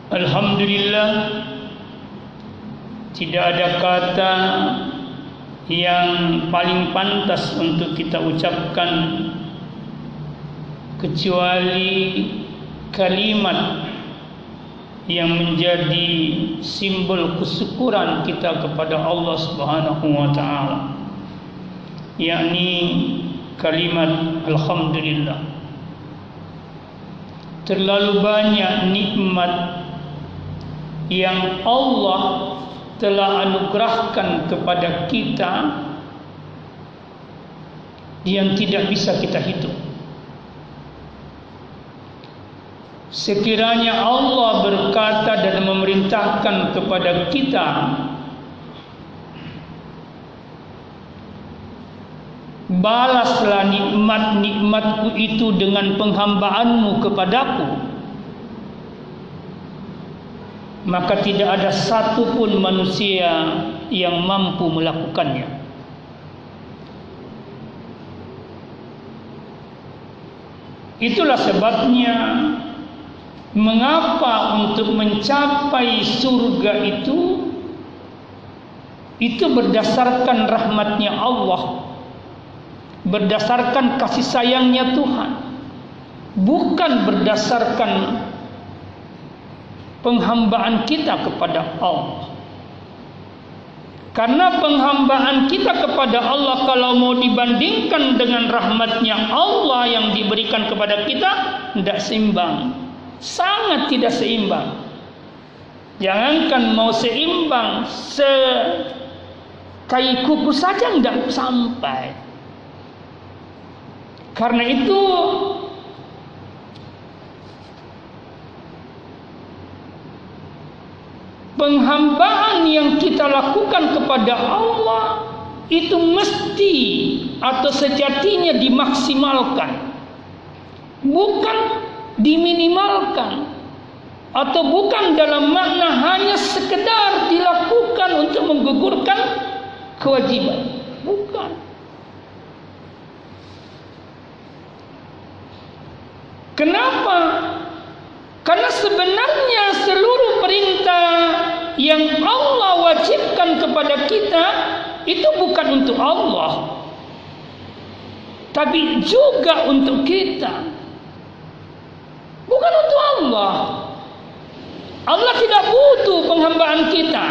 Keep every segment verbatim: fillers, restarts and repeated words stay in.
Alhamdulillah, tidak ada kata yang paling pantas untuk kita ucapkan kecuali kalimat yang menjadi simbol kesyukuran kita kepada Allah Subhanahu wa taala, yakni kalimat alhamdulillah. Terlalu banyak nikmat yang Allah telah anugerahkan kepada kita yang tidak bisa kita hitung. Sekiranya Allah berkata dan memerintahkan kepada kita balaslah nikmat-nikmatku itu dengan penghambaanmu kepadaku, maka tidak ada satupun manusia yang mampu melakukannya. Itulah sebabnya mengapa untuk mencapai surga itu itu berdasarkan rahmatnya Allah, berdasarkan kasih sayangnya Tuhan, bukan berdasarkan penghambaan kita kepada Allah. Karena penghambaan kita kepada Allah kalau mau dibandingkan dengan rahmatnya Allah yang diberikan kepada kita, tidak seimbang, sangat tidak seimbang. Jangankan mau seimbang, sekai kuku saja tidak sampai. Karena itu penghambaan yang kita lakukan kepada Allah itu mesti atau sejatinya dimaksimalkan, bukan diminimalkan, atau bukan dalam makna hanya sekedar dilakukan untuk menggugurkan kewajiban, bukan. Kenapa? Karena sebenarnya seluruh perintah yang Allah wajibkan kepada kita itu bukan untuk Allah, tapi juga untuk kita. Bukan untuk Allah. Allah tidak butuh penghambaan kita.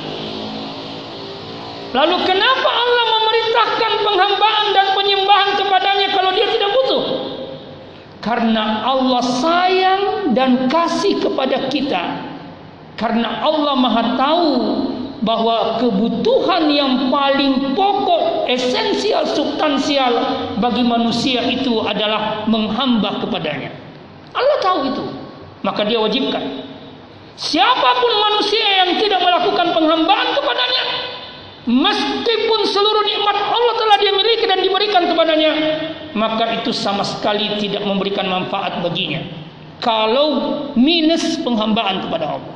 Lalu kenapa Allah memerintahkan penghambaan dan penyembahan kepadanya kalau dia tidak butuh? Karena Allah sayang dan kasih kepada kita. Karena Allah Maha tahu bahwa kebutuhan yang paling pokok, esensial, substansial bagi manusia itu adalah menghamba kepadanya. Allah tahu itu, maka dia wajibkan. Siapapun manusia yang tidak melakukan penghambaan kepadanya, meskipun seluruh nikmat Allah telah dia miliki dan diberikan kepadanya, maka itu sama sekali tidak memberikan manfaat baginya kalau minus penghambaan kepada Allah.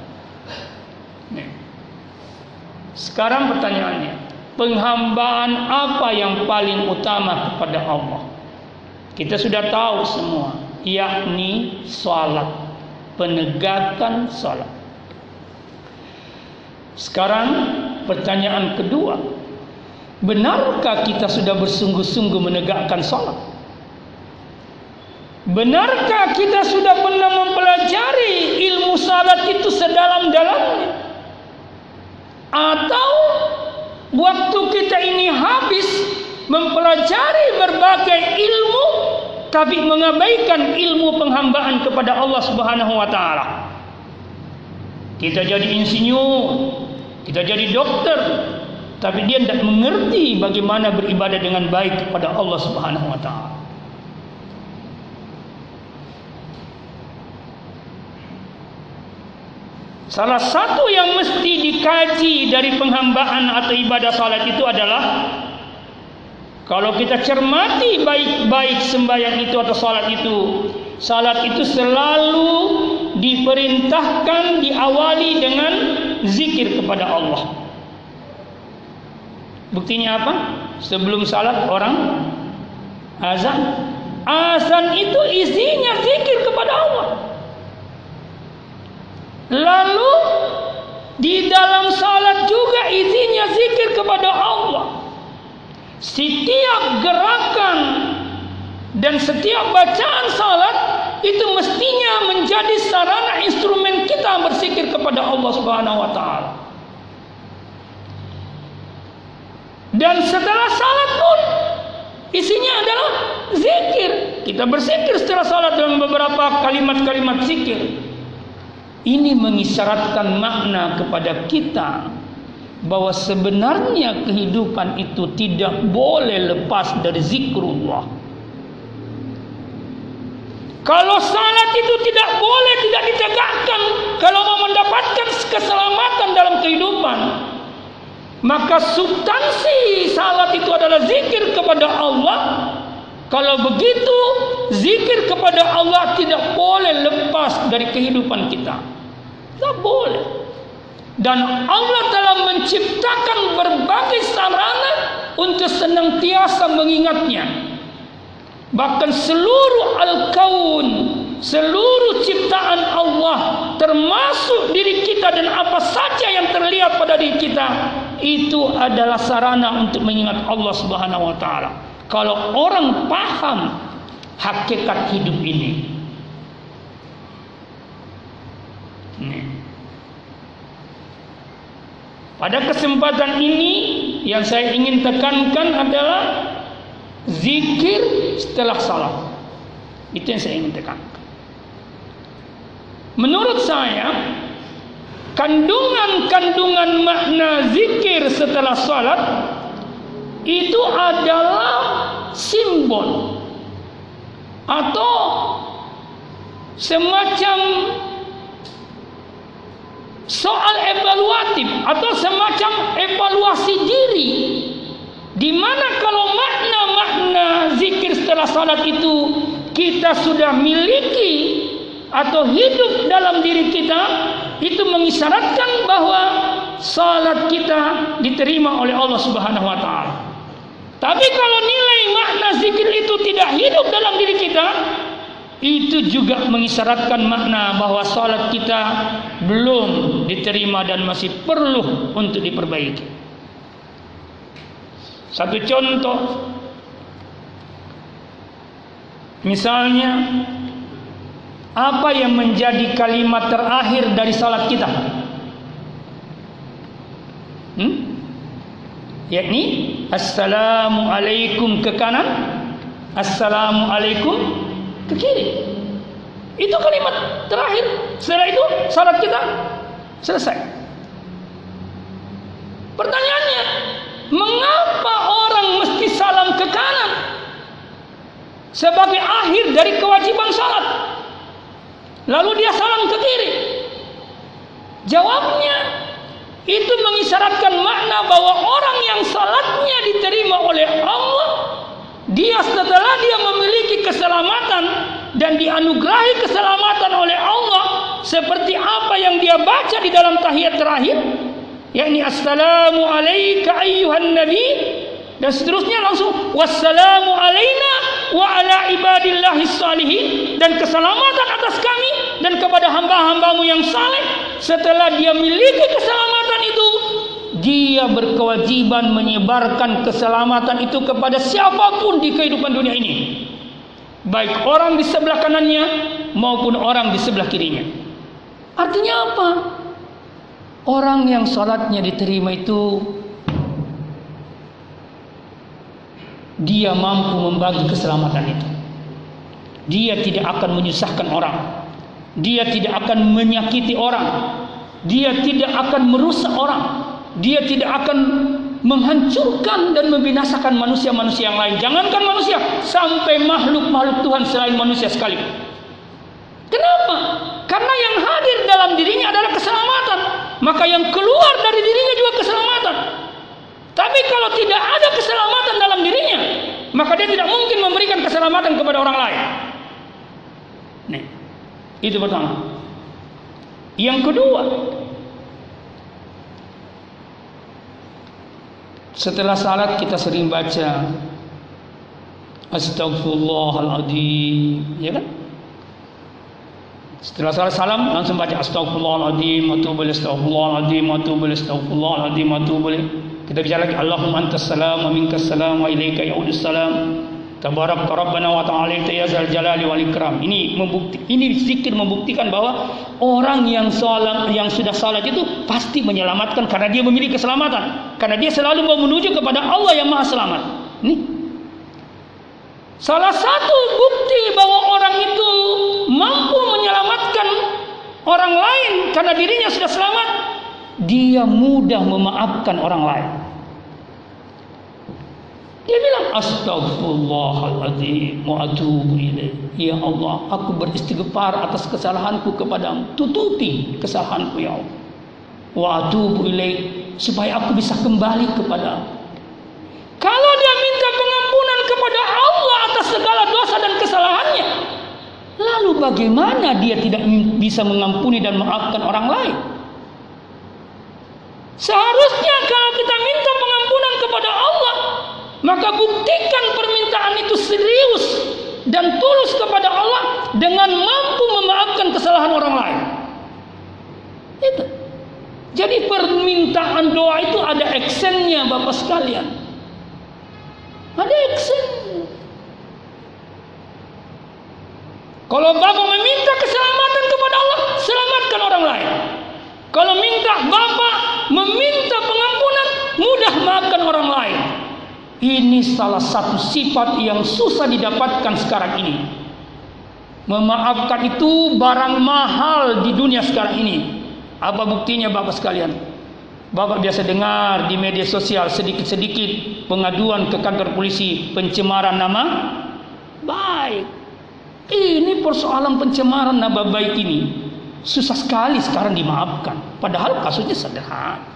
Sekarang pertanyaannya, penghambaan apa yang paling utama kepada Allah? Kita sudah tahu semua, yakni salat, penegakan salat. Sekarang pertanyaan kedua, benarkah kita sudah bersungguh-sungguh menegakkan salat? Benarkah kita sudah pernah mempelajari ilmu salat itu sedalam-dalamnya? Atau waktu kita ini habis mempelajari berbagai ilmu tapi mengabaikan ilmu penghambaan kepada Allah Subhanahu wa taala? Kita jadi insinyur, kita jadi dokter, tapi dia tidak mengerti bagaimana beribadah dengan baik kepada Allah Subhanahu wa taala. Salah satu yang mesti dikaji dari penghambaan atau ibadah salat itu adalah, kalau kita cermati baik-baik sembahyang itu atau salat itu, salat itu selalu diperintahkan diawali dengan zikir kepada Allah. Buktinya apa? Sebelum salat orang azan. Azan itu isinya zikir kepada Allah. Di dalam salat juga isinya zikir kepada Allah. Setiap gerakan dan setiap bacaan salat itu mestinya menjadi sarana instrumen kita berzikir kepada Allah Subhanahu wa taala. Dan setelah salat pun isinya adalah zikir. Kita berzikir setelah salat dengan beberapa kalimat-kalimat zikir. Ini mengisyaratkan makna kepada kita bahwa sebenarnya kehidupan itu tidak boleh lepas dari zikrullah. Kalau salat itu tidak boleh tidak ditegakkan, kalau mau mendapatkan keselamatan dalam kehidupan, maka substansi salat itu adalah zikir kepada Allah. Kalau begitu, zikir kepada Allah tidak boleh lepas dari kehidupan kita. Tidak boleh. Dan Allah telah menciptakan berbagai sarana untuk senantiasa mengingatnya. Bahkan seluruh al-kaun, seluruh ciptaan Allah, termasuk diri kita dan apa saja yang terlihat pada diri kita, itu adalah sarana untuk mengingat Allah Subhanahu wa taala. Kalau orang paham hakikat hidup ini. Nih. Pada kesempatan ini yang saya ingin tekankan adalah zikir setelah salat. Itu yang saya ingin tekankan. Menurut saya, kandungan-kandungan makna zikir setelah salat itu adalah simbol atau semacam soal evaluatif atau semacam evaluasi diri, di mana kalau makna-makna zikir setelah salat itu kita sudah miliki atau hidup dalam diri kita, itu mengisyaratkan bahwa salat kita diterima oleh Allah Subhanahu wa taala. Tapi kalau nilai makna zikir itu tidak hidup dalam diri kita, itu juga mengisyaratkan makna bahwa salat kita belum diterima dan masih perlu untuk diperbaiki. Satu contoh, misalnya, apa yang menjadi kalimat terakhir dari salat kita? Hmm? Yakni Assalamualaikum ke kanan, Assalamualaikum ke kiri. Itu kalimat terakhir. Setelah itu salat kita selesai. Pertanyaannya, mengapa orang mesti salam ke kanan sebagai akhir dari kewajiban salat, lalu dia salam ke kiri? Jawabnya, itu mengisyaratkan makna bahwa orang yang salatnya diterima oleh Allah, dia setelah dia memiliki keselamatan dan dianugerahi keselamatan oleh Allah seperti apa yang dia baca di dalam tahiyat terakhir, yakni assalamu alayka ayyuhan nabi, dan seterusnya langsung wassalamu alaina wa ala ibadillahis salihin, dan keselamatan atas kami dan kepada hamba-hambamu yang saleh. Setelah dia miliki keselamatan itu, dia berkewajiban menyebarkan keselamatan itu kepada siapapun di kehidupan dunia ini, baik orang di sebelah kanannya maupun orang di sebelah kirinya. Artinya apa? Orang yang salatnya diterima itu dia mampu membagi keselamatan itu. Dia tidak akan menyusahkan orang, dia tidak akan menyakiti orang, dia tidak akan merusak orang, dia tidak akan menghancurkan dan membinasakan manusia-manusia yang lain. Jangankan manusia, sampai makhluk-makhluk Tuhan selain manusia sekalipun. Kenapa? Karena yang hadir dalam dirinya adalah keselamatan, maka yang keluar dari dirinya juga keselamatan. Tapi kalau tidak ada keselamatan dalam dirinya, maka dia tidak mungkin memberikan keselamatan kepada orang lain. Nih, itu pertama. Yang kedua, setelah salat kita sering baca Astaghfirullahaladzim, ya kan? Setelah salat salam langsung baca astagfirullahaladzim, atubu ilaih, astagfirullahaladzim, atubu ilaih, astagfirullahaladzim, atubu ilaih. Kita bicara lagi Allahumma antas salam wa minkas salam wa ilaika ya'udus salam. Tabarak Rabbana wa ta'ala ya zal jalali wal ikram. Ini membukti, ini zikir membuktikan bahwa orang yang salat, yang sudah salat itu pasti menyelamatkan karena dia memiliki keselamatan. Karena dia selalu mau menuju kepada Allah yang Maha Selamat. Ini salah satu bukti bahwa orang itu mampu menyelamatkan orang lain karena dirinya sudah selamat. Dia mudah memaafkan orang lain. Dia bilang astagfirullahaladzim wa atubu ilaih. Ya Allah, aku beristighfar atas kesalahanku kepadamu. Tutupi kesalahanku ya Allah. Wa atubu ilaih, supaya aku bisa kembali kepadamu. Kalau dia minta pengampunan kepada Allah atas segala dosa dan kesalahannya, lalu bagaimana dia tidak bisa mengampuni dan memaafkan orang lain? Seharusnya kalau kita minta pengampunan kepada Allah, maka buktikan permintaan itu serius dan tulus kepada Allah dengan mampu memaafkan kesalahan orang lain. Itu. Jadi permintaan doa itu ada actionnya, Bapak sekalian. Ada action. Kalau Bapak meminta keselamatan kepada Allah, selamatkan orang lain. Kalau minta Bapak meminta pengampunan, mudah maafkan orang lain. Ini salah satu sifat yang susah didapatkan sekarang ini. Memaafkan itu barang mahal di dunia sekarang ini. Apa buktinya Bapak sekalian? Bapak biasa dengar di media sosial sedikit-sedikit pengaduan ke kantor polisi pencemaran nama baik. Ini persoalan pencemaran nama baik ini susah sekali sekarang dimaafkan. Padahal kasusnya sederhana.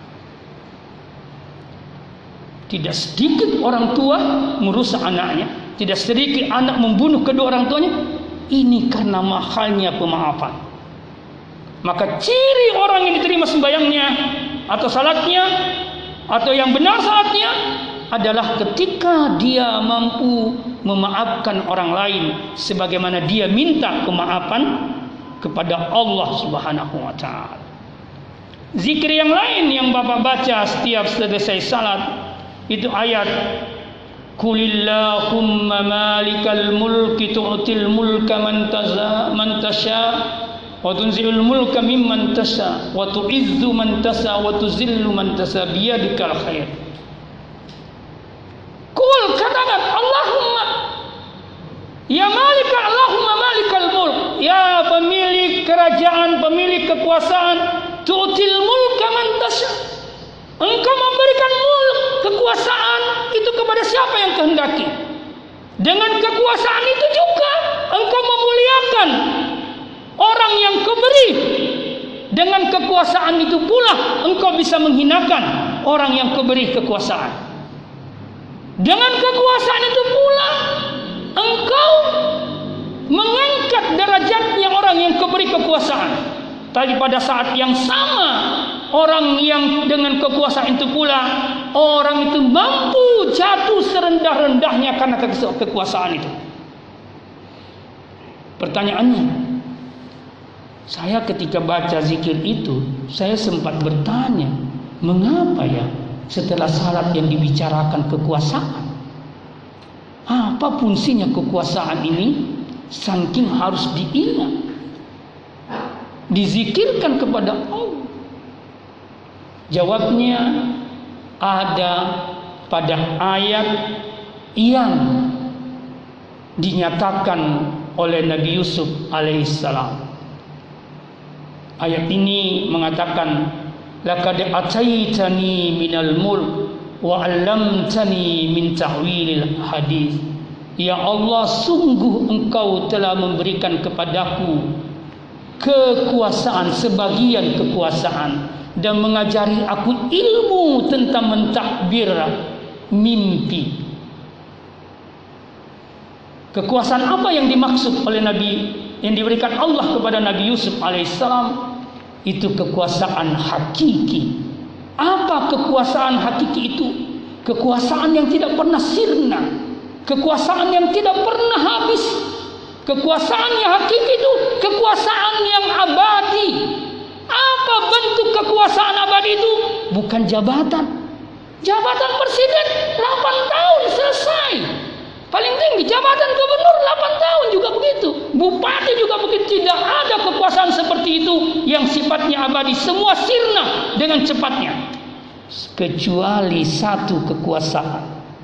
Tidak sedikit orang tua merusak anaknya, tidak sedikit anak membunuh kedua orang tuanya. Ini karena mahalnya pemaafan. Maka ciri orang yang diterima sembayangnya atau salatnya atau yang benar salatnya adalah ketika dia mampu memaafkan orang lain sebagaimana dia minta kemaafan kepada Allah Subhanahu wa taala. Zikir yang lain yang Bapak baca setiap selesai salat itu ayat Qulillahumma malikal mulki tu'til mulka man tasha man tasha wa tunzi'ul mulka mimman tasha wa tu'izzu man tasha wa tuzillu man tasha biyadikal khair. Qul, katakan Allahumma ya malikal Allahumma malikal mulk, ya pemilik kerajaan, pemilik kekuasaan, tu'til mulka man tasha. Engkau memberikan mulk, kekuasaan itu kepada siapa yang kehendaki. Dengan kekuasaan itu juga engkau memuliakan orang yang kau beri. Dengan kekuasaan itu pula engkau bisa menghinakan orang yang kau beri kekuasaan. Dengan kekuasaan itu pula engkau mengangkat derajatnya orang yang kau beri kekuasaan. Tapi pada saat yang sama, orang yang dengan kekuasaan itu pula, orang itu mampu jatuh serendah-rendahnya karena kekuasaan itu. Pertanyaannya, saya ketika baca zikir itu, saya sempat bertanya, mengapa ya setelah salat yang dibicarakan kekuasaan? Apa fungsinya kekuasaan ini? Saking harus diingat, dizikirkan kepada Allah. Jawabnya ada pada ayat yang dinyatakan oleh Nabi Yusuf alaihissalam. Ayat ini mengatakan, laqad ataitani minal mulk wa 'allamtani min ta'wilil hadis. Ya Allah, sungguh engkau telah memberikan kepadaku kekuasaan, sebagian kekuasaan, dan mengajari aku ilmu tentang mentakbir mimpi. Kekuasaan apa yang dimaksud oleh Nabi, yang diberikan Allah kepada Nabi Yusuf alaihissalam? Itu kekuasaan hakiki. Apa kekuasaan hakiki itu? Kekuasaan yang tidak pernah sirna, kekuasaan yang tidak pernah habis, Kekuasaan yang hakiki itu kekuasaan yang abadi. Apa bentuk kekuasaan abadi itu? Bukan jabatan. Jabatan presiden delapan tahun selesai. Paling tinggi jabatan gubernur delapan tahun juga begitu. Bupati juga begitu. Tidak ada kekuasaan seperti itu yang sifatnya abadi. Semua sirna dengan cepatnya. Kecuali satu kekuasaan,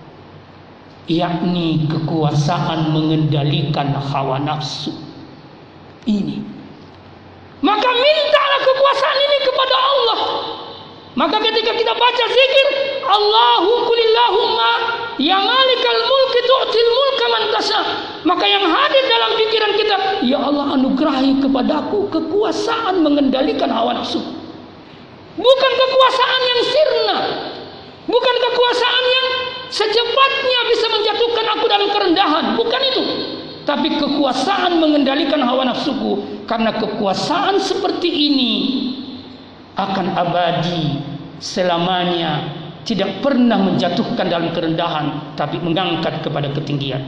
yakni kekuasaan mengendalikan hawa nafsu. Ini. Maka mintalah kekuasaan ini kepada Allah. Maka ketika kita baca zikir, Allahu kulillahumma ya malikal mulki tu'til mulka man tasha, maka yang hadir dalam pikiran kita, ya Allah anugerahi kepadaku kekuasaan mengendalikan hawa nafsu. Bukan kekuasaan yang sirna, bukan kekuasaan yang secepatnya bisa menjatuhkan aku dalam kerendahan, bukan itu. Tapi kekuasaan mengendalikan hawa nafsuku, karena kekuasaan seperti ini akan abadi selamanya, tidak pernah menjatuhkan dalam kerendahan, tapi mengangkat kepada ketinggian.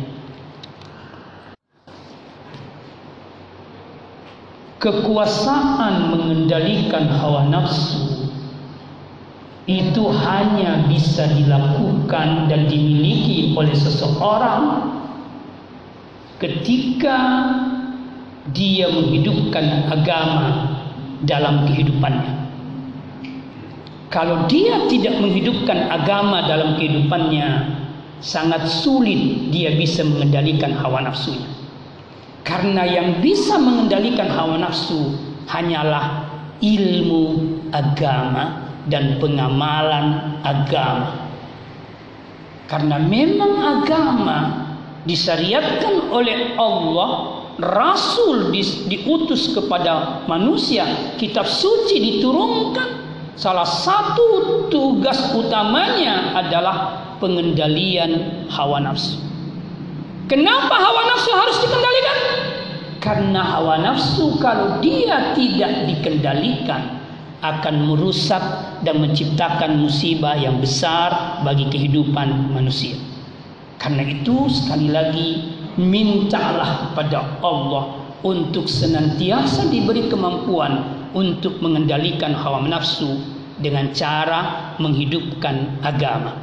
Kekuasaan mengendalikan hawa nafsu itu hanya bisa dilakukan dan dimiliki oleh seseorang ketika dia menghidupkan agama dalam kehidupannya. Kalau dia tidak menghidupkan agama dalam kehidupannya, sangat sulit dia bisa mengendalikan hawa nafsunya. Karena yang bisa mengendalikan hawa nafsu hanyalah ilmu agama dan pengamalan agama. Karena memang agama disyariatkan oleh Allah, Rasul di, diutus kepada manusia, kitab suci diturunkan. Salah satu tugas utamanya adalah pengendalian hawa nafsu. Kenapa hawa nafsu harus dikendalikan? Karena hawa nafsu kalau dia tidak dikendalikan akan merusak dan menciptakan musibah yang besar bagi kehidupan manusia. Karena itu sekali lagi mintalah kepada Allah untuk senantiasa diberi kemampuan untuk mengendalikan hawa nafsu dengan cara menghidupkan agama.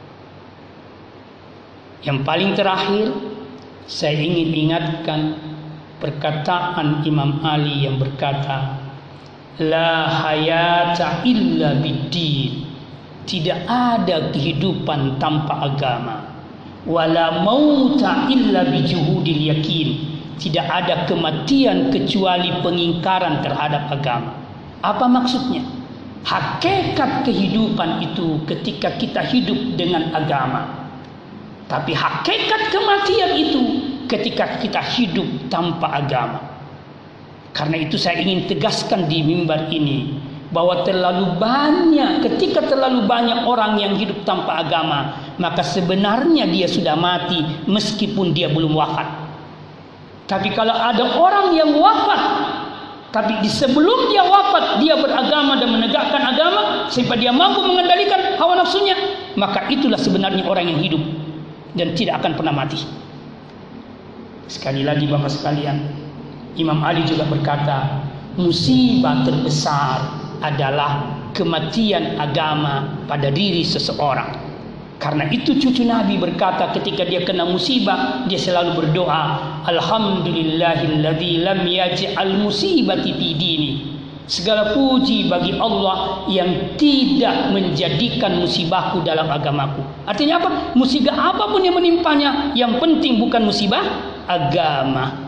Yang paling terakhir, saya ingin ingatkan perkataan Imam Ali yang berkata, la hayata illa biddin. Tidak ada kehidupan tanpa agama. Wala mauta illa bijuhudil yakin. Tidak ada kematian kecuali pengingkaran terhadap agama. Apa maksudnya? Hakikat kehidupan itu ketika kita hidup dengan agama. Tapi hakikat kematian itu ketika kita hidup tanpa agama. Karena itu saya ingin tegaskan di mimbar ini bahwa terlalu banyak, ketika terlalu banyak orang yang hidup tanpa agama, maka sebenarnya dia sudah mati meskipun dia belum wafat. Tapi kalau ada orang yang wafat, tapi di sebelum dia wafat dia beragama dan menegakkan agama sehingga dia mampu mengendalikan hawa nafsunya, maka itulah sebenarnya orang yang hidup dan tidak akan pernah mati. Sekali lagi Bapak sekalian, Imam Ali juga berkata, musibah terbesar adalah kematian agama pada diri seseorang. Karena itu cucu Nabi berkata ketika dia kena musibah, dia selalu berdoa, alhamdulillahilladzi lam yaj'al musibati fi dini. Segala puji bagi Allah yang tidak menjadikan musibahku dalam agamaku. Artinya apa? Musibah apapun yang menimpanya, yang penting bukan musibah agama.